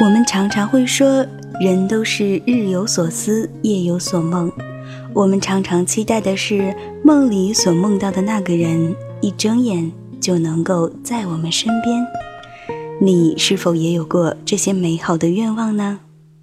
我们常常会说，人都是日有所思，夜有所梦。我们常常期待的是，梦里所梦到的那个人，一睁眼就能够在我们身边。你是否也有过这些美好的愿望呢？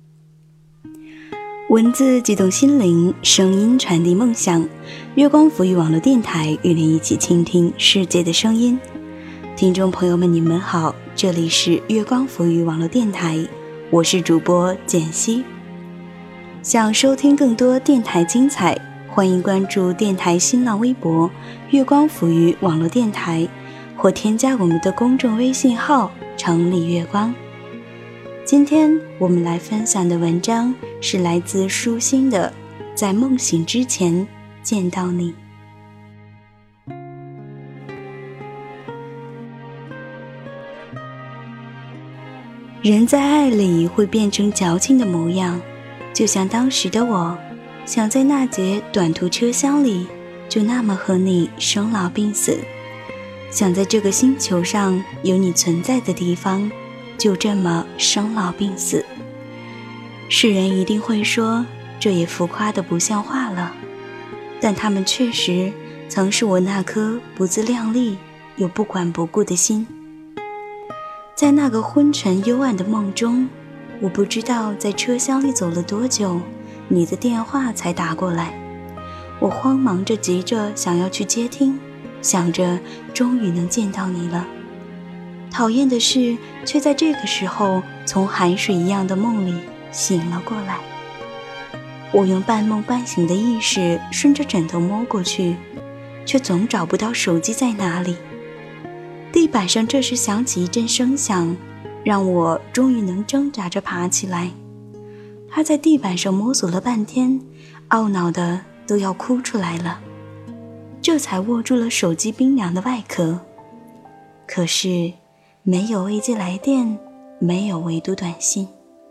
文字激动心灵，声音传递梦想。月光浮语网络电台与您一起倾听世界的声音。听众朋友们，你们好，这里是月光浮语网络电台，我是主播简溪。想收听更多电台精彩，欢迎关注电台新浪微博月光浮语网络电台，或添加我们的公众微信号城里月光。今天我们来分享的文章是来自舒心的在梦醒之前见到你。人在爱里会变成矫情的模样，就像当时的我，想在那节短途车厢里就那么和你生老病死，想在这个星球上有你存在的地方就这么生老病死。世人一定会说，这也浮夸得不像话了，但他们确实曾是我那颗不自量力又不管不顾的心。在那个昏沉幽暗的梦中，我不知道在车厢里走了多久，你的电话才打过来。我慌忙着急着想要去接听，想着终于能见到你了。讨厌的是，却在这个时候从海水一样的梦里醒了过来。我用半梦半醒的意识顺着枕头摸过去，却总找不到手机在哪里。地板上这时响起一阵声响，让我终于能挣扎着爬起来。他在地板上摸索了半天，懊恼的都要哭出来了，这才握住了手机冰凉的外壳。可是没有未接来电，没有未读短信。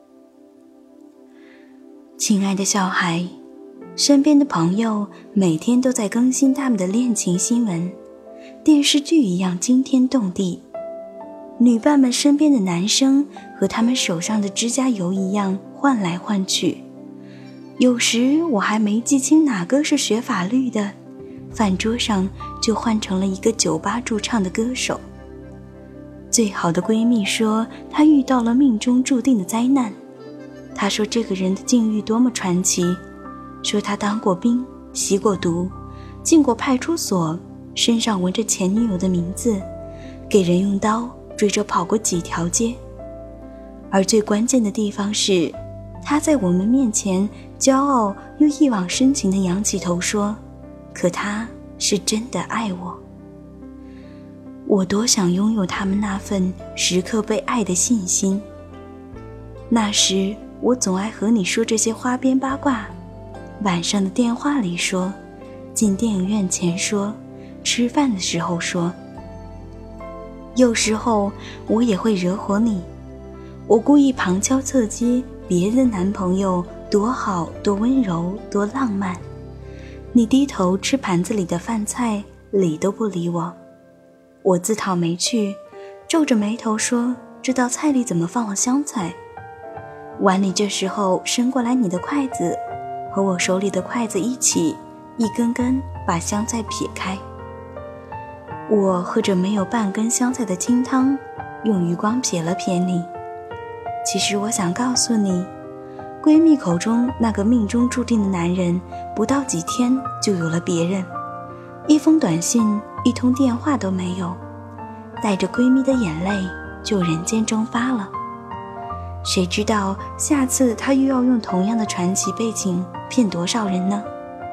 亲爱的小孩，身边的朋友每天都在更新他们的恋情新闻，电视剧一样惊天动地。女伴们身边的男生和他们手上的指甲油一样换来换去。有时我还没记清哪个是学法律的，饭桌上就换成了一个酒吧驻唱的歌手。最好的闺蜜说她遇到了命中注定的灾难。她说这个人的境遇多么传奇，说他当过兵，吸过毒，进过派出所，身上纹着前女友的名字，给人用刀追着跑过几条街。而最关键的地方是，他在我们面前骄傲又一往深情地仰起头说，可他是真的爱我。我多想拥有他们那份时刻被爱的信心。那时我总爱和你说这些花边八卦，晚上的电话里说，进电影院前说，吃饭的时候说。有时候我也会惹火你，我故意旁敲侧击别的男朋友多好多温柔多浪漫，你低头吃盘子里的饭菜，理都不理我。我自讨没趣，皱着眉头说，这道菜里怎么放了香菜。碗里这时候伸过来你的筷子，和我手里的筷子一起，一根根把香菜撇开。我喝着没有半根香菜的清汤，用余光瞥了瞥你。其实我想告诉你，闺蜜口中那个命中注定的男人，不到几天就有了别人，一封短信一通电话都没有，带着闺蜜的眼泪就人间蒸发了。谁知道下次他又要用同样的传奇背景骗多少人呢？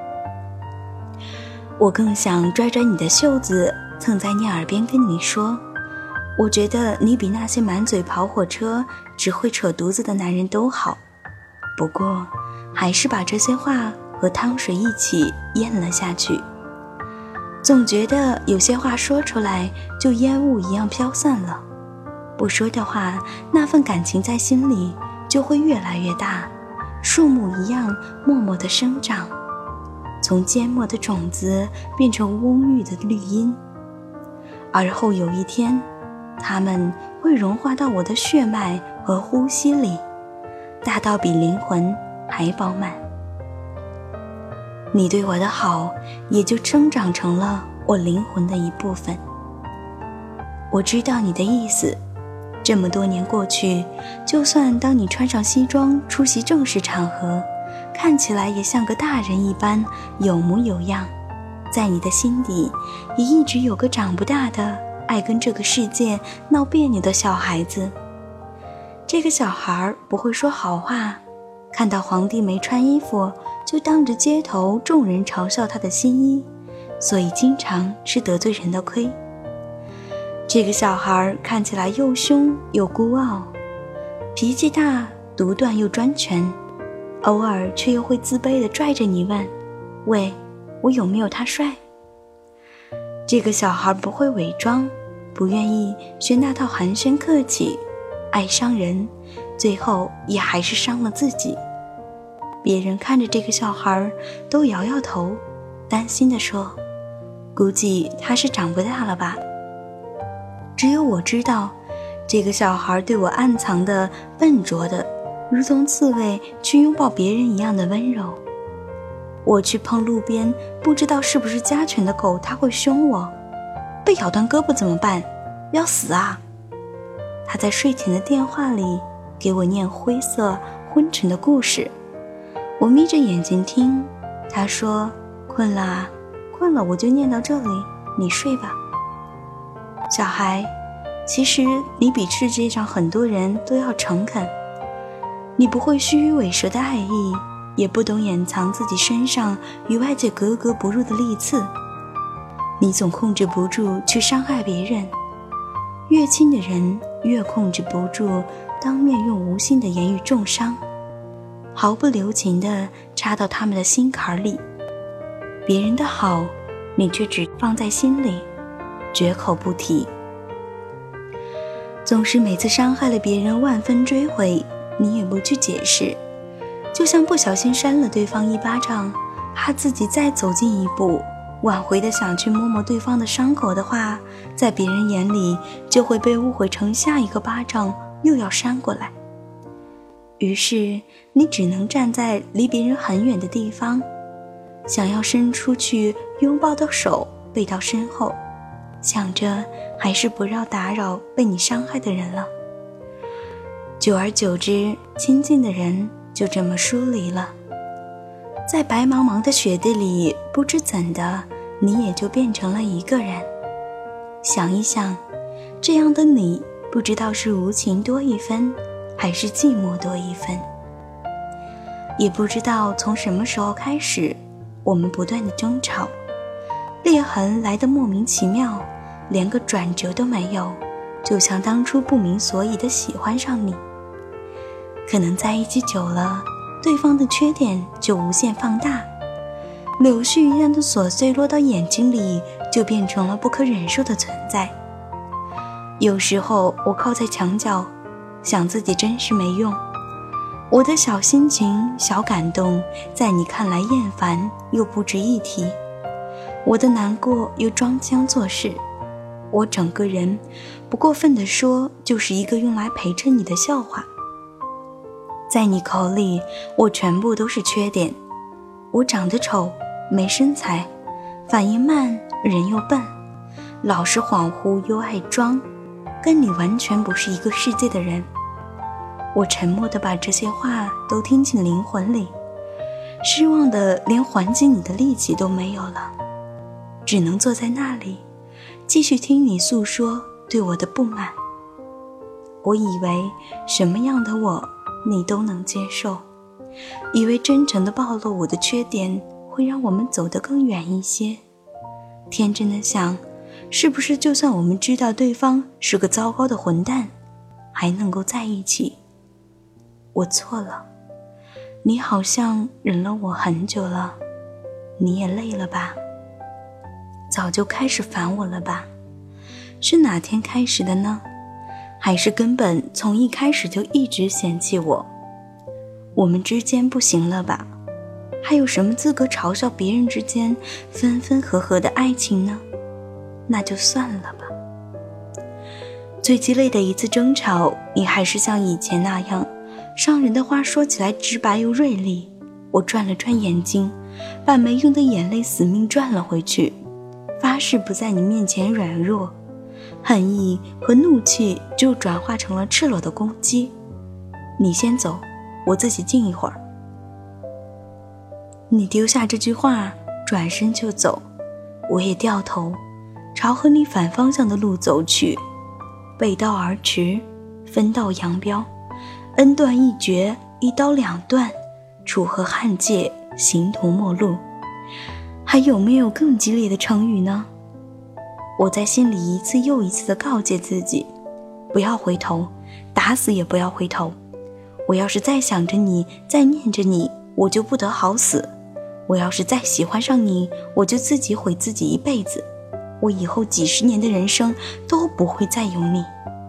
我更想拽拽你的袖子，蹭在你耳边跟你说，我觉得你比那些满嘴跑火车只会扯犊子的男人都好。不过还是把这些话和汤水一起咽了下去。总觉得有些话说出来就烟雾一样飘散了，不说的话，那份感情在心里就会越来越大，树木一样默默地生长，从缄默的种子变成蓊郁的绿荫。而后有一天，它们会融化到我的血脉和呼吸里，大到比灵魂还饱满。你对我的好，也就生长成了我灵魂的一部分。我知道你的意思，这么多年过去，就算当你穿上西装出席正式场合，看起来也像个大人一般有模有样，在你的心底也一直有个长不大的爱跟这个世界闹别扭的小孩子。这个小孩不会说好话，看到皇帝没穿衣服就当着街头众人嘲笑他的新衣，所以经常吃得罪人的亏。这个小孩看起来又凶又孤傲，脾气大，独断又专权，偶尔却又会自卑地拽着你问，喂，我有没有他帅？这个小孩不会伪装，不愿意学那套寒暄客气，爱伤人，最后也还是伤了自己。别人看着这个小孩都摇摇头，担心地说，估计他是长不大了吧。只有我知道，这个小孩对我暗藏的笨拙的如同刺猬去拥抱别人一样的温柔。我去碰路边不知道是不是家犬的狗，它会凶我，被咬断胳膊怎么办？要死啊！他在睡前的电话里给我念灰色昏沉的故事，我眯着眼睛听。他说，困了啊，困了我就念到这里，你睡吧。小孩，其实你比世界上很多人都要诚恳，你不会虚与委蛇的爱意，也不懂掩藏自己身上与外界格格不入的利刺。你总控制不住去伤害别人，越亲的人越控制不住当面用无心的言语重伤，毫不留情地插到他们的心坎里。别人的好，你却只放在心里，绝口不提。总是每次伤害了别人万分追悔，你也不去解释，就像不小心扇了对方一巴掌，怕自己再走近一步，挽回的想去摸摸对方的伤口的话，在别人眼里就会被误会成下一个巴掌又要扇过来。于是你只能站在离别人很远的地方，想要伸出去拥抱的手背到身后，想着还是不要打扰被你伤害的人了。久而久之，亲近的人就这么疏离了，在白茫茫的雪地里，不知怎的，你也就变成了一个人。想一想，这样的你，不知道是无情多一分，还是寂寞多一分。也不知道从什么时候开始，我们不断的争吵，裂痕来得莫名其妙，连个转折都没有，就像当初不明所以的喜欢上你。可能在一起久了，对方的缺点就无限放大，柳絮一样的琐碎落到眼睛里，就变成了不可忍受的存在。有时候我靠在墙角，想自己真是没用，我的小心情、小感动，在你看来厌烦又不值一提，我的难过又装腔作势，我整个人不过分地说，就是一个用来陪衬你的笑话。在你口里，我全部都是缺点，我长得丑，没身材，反应慢，人又笨，老是恍惚又爱装，跟你完全不是一个世界的人。我沉默地把这些话都听进灵魂里，失望的连还击你的力气都没有了，只能坐在那里继续听你诉说对我的不满。我以为什么样的我你都能接受，以为真诚地暴露我的缺点会让我们走得更远一些，天真的想，是不是就算我们知道对方是个糟糕的混蛋，还能够在一起。我错了，你好像忍了我很久了，你也累了吧？早就开始烦我了吧？是哪天开始的呢？还是根本从一开始就一直嫌弃我？我们之间不行了吧？还有什么资格嘲笑别人之间分分合合的爱情呢？那就算了吧。 最激烈的一次争吵，你还是像以前那样，伤人的话说起来直白又锐利。我转了转眼睛，把没用的眼泪死命转了回去，发誓不在你面前软弱。恨意和怒气就转化成了赤裸的攻击。你先走，我自己静一会儿。你丢下这句话，转身就走，我也掉头，朝和你反方向的路走去。背道而驰，分道扬镳，恩断义绝，一刀两断，楚河汉界，形同陌路。还有没有更激烈的成语呢？我在心里一次又一次地告诫自己，不要回头，打死也不要回头。我要是再想着你，再念着你，我就不得好死。我要是再喜欢上你，我就自己毁自己一辈子。我以后几十年的人生都不会再有你。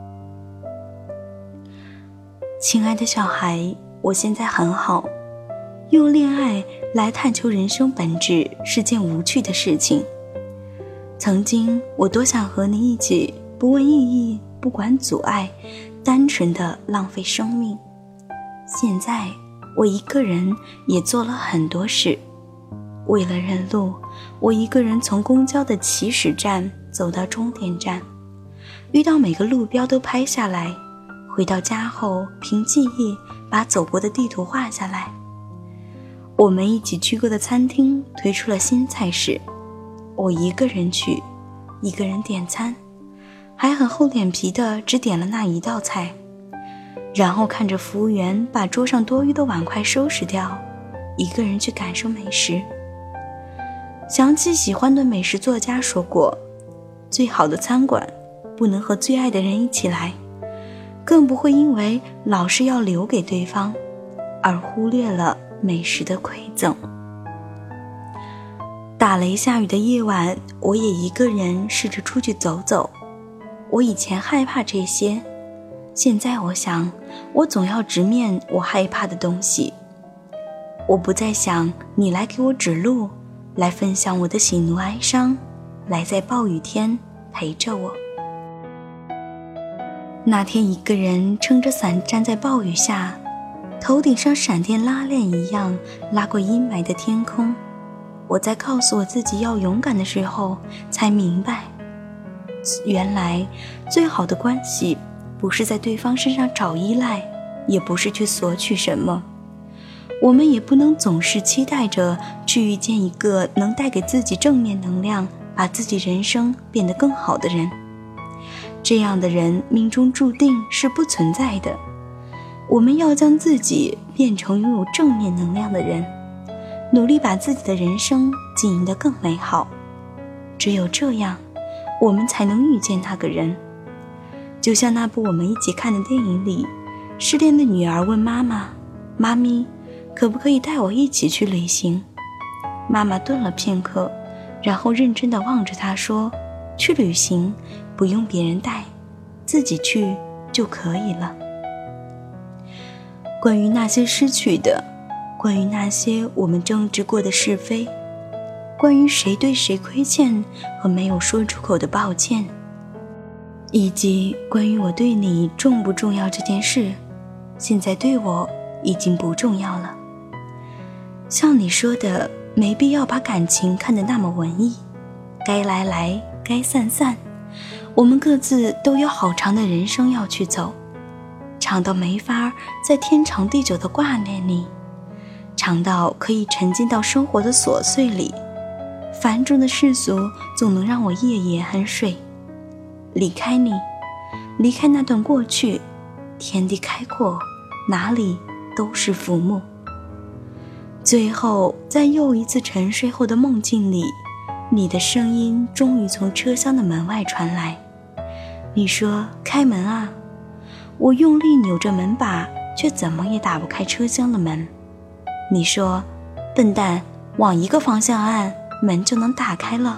亲爱的小孩，我现在很好。用恋爱来探求人生本质是件无趣的事情。曾经我多想和你一起，不问意义，不管阻碍，单纯的浪费生命。现在我一个人也做了很多事。为了认路，我一个人从公交的起始站走到终点站，遇到每个路标都拍下来，回到家后凭记忆把走过的地图画下来。我们一起去过的餐厅推出了新菜式，我一个人去，一个人点餐，还很厚脸皮的只点了那一道菜，然后看着服务员把桌上多余的碗筷收拾掉，一个人去感受美食。想起喜欢的美食作家说过，最好的餐馆不能和最爱的人一起来，更不会因为老是要留给对方而忽略了美食的馈赠。打雷下雨的夜晚，我也一个人试着出去走走。我以前害怕这些，现在我想，我总要直面我害怕的东西。我不再想你来给我指路，来分享我的喜怒哀伤，来在暴雨天陪着我。那天一个人撑着伞站在暴雨下，头顶上闪电拉链一样拉过阴霾的天空。我在告诉我自己要勇敢的时候，才明白，原来最好的关系不是在对方身上找依赖，也不是去索取什么。我们也不能总是期待着去遇见一个能带给自己正面能量，把自己人生变得更好的人。这样的人命中注定是不存在的。我们要将自己变成拥有正面能量的人，努力把自己的人生经营得更美好。只有这样，我们才能遇见那个人。就像那部我们一起看的电影里，失恋的女儿问妈妈，妈咪，可不可以带我一起去旅行？妈妈顿了片刻，然后认真地望着她说，去旅行不用别人带，自己去就可以了。关于那些失去的，关于那些我们争执过的是非，关于谁对谁亏欠和没有说出口的抱歉，以及关于我对你重不重要这件事，现在对我已经不重要了。像你说的，没必要把感情看得那么文艺，该来来，该散散。我们各自都有好长的人生要去走，长到没法在天长地久的挂念你，长到可以沉浸到生活的琐碎里。繁重的世俗总能让我夜夜酣睡。离开你，离开那段过去，天地开阔，哪里都是浮木。最后在又一次沉睡后的梦境里，你的声音终于从车厢的门外传来。你说，开门啊。我用力扭着门把，却怎么也打不开车厢的门。你说，笨蛋，往一个方向按，门就能打开了。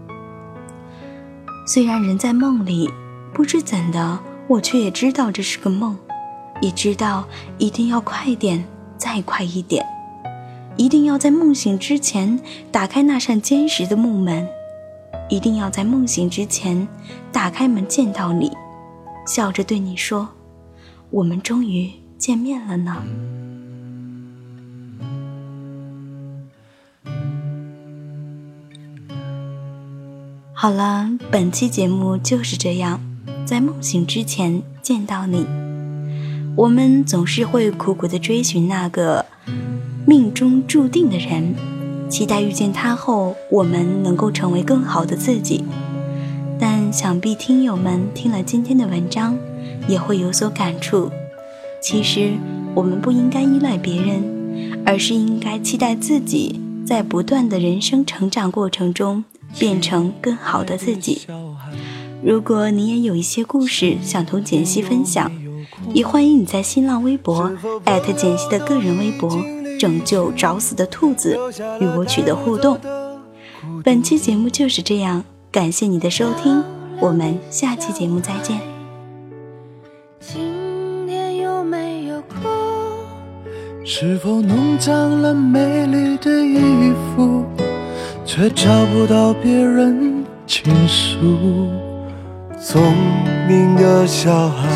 虽然人在梦里，不知怎的，我却也知道这是个梦，也知道一定要快点，再快一点，一定要在梦醒之前打开那扇坚实的木门，一定要在梦醒之前打开门见到你， 笑着对你说，我们终于见面了呢。好了，本期节目就是这样，在梦醒之前见到你。我们总是会苦苦地追寻那个命中注定的人，期待遇见他后我们能够成为更好的自己。但想必听友们听了今天的文章也会有所感触，其实我们不应该依赖别人，而是应该期待自己在不断的人生成长过程中变成更好的自己。如果你也有一些故事想同简溪分享，也欢迎你在新浪微博简溪的个人微博拯救找死的兔子与我取得互动。本期节目就是这样，感谢你的收听，我们下期节目再见。 今天有没有哭？是否弄脏了美丽的衣服，却找不到别人倾诉？聪明的小孩，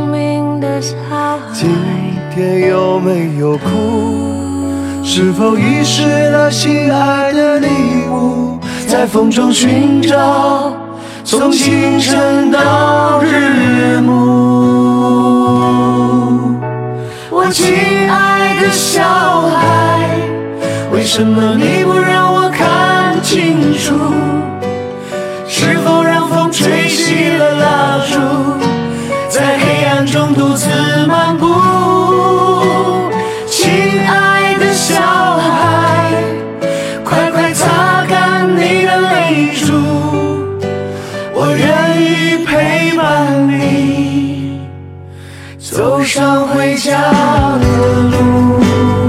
今天有没有哭？是否遗失了心爱的礼物，在风中寻找，从清晨到日暮。我亲爱的小孩，为什么你不让我看清楚？是否让风吹熄了蜡烛，在黑暗中独自漫步？亲爱的小孩，快快擦干你的泪珠，我愿意陪伴你走上回家的路。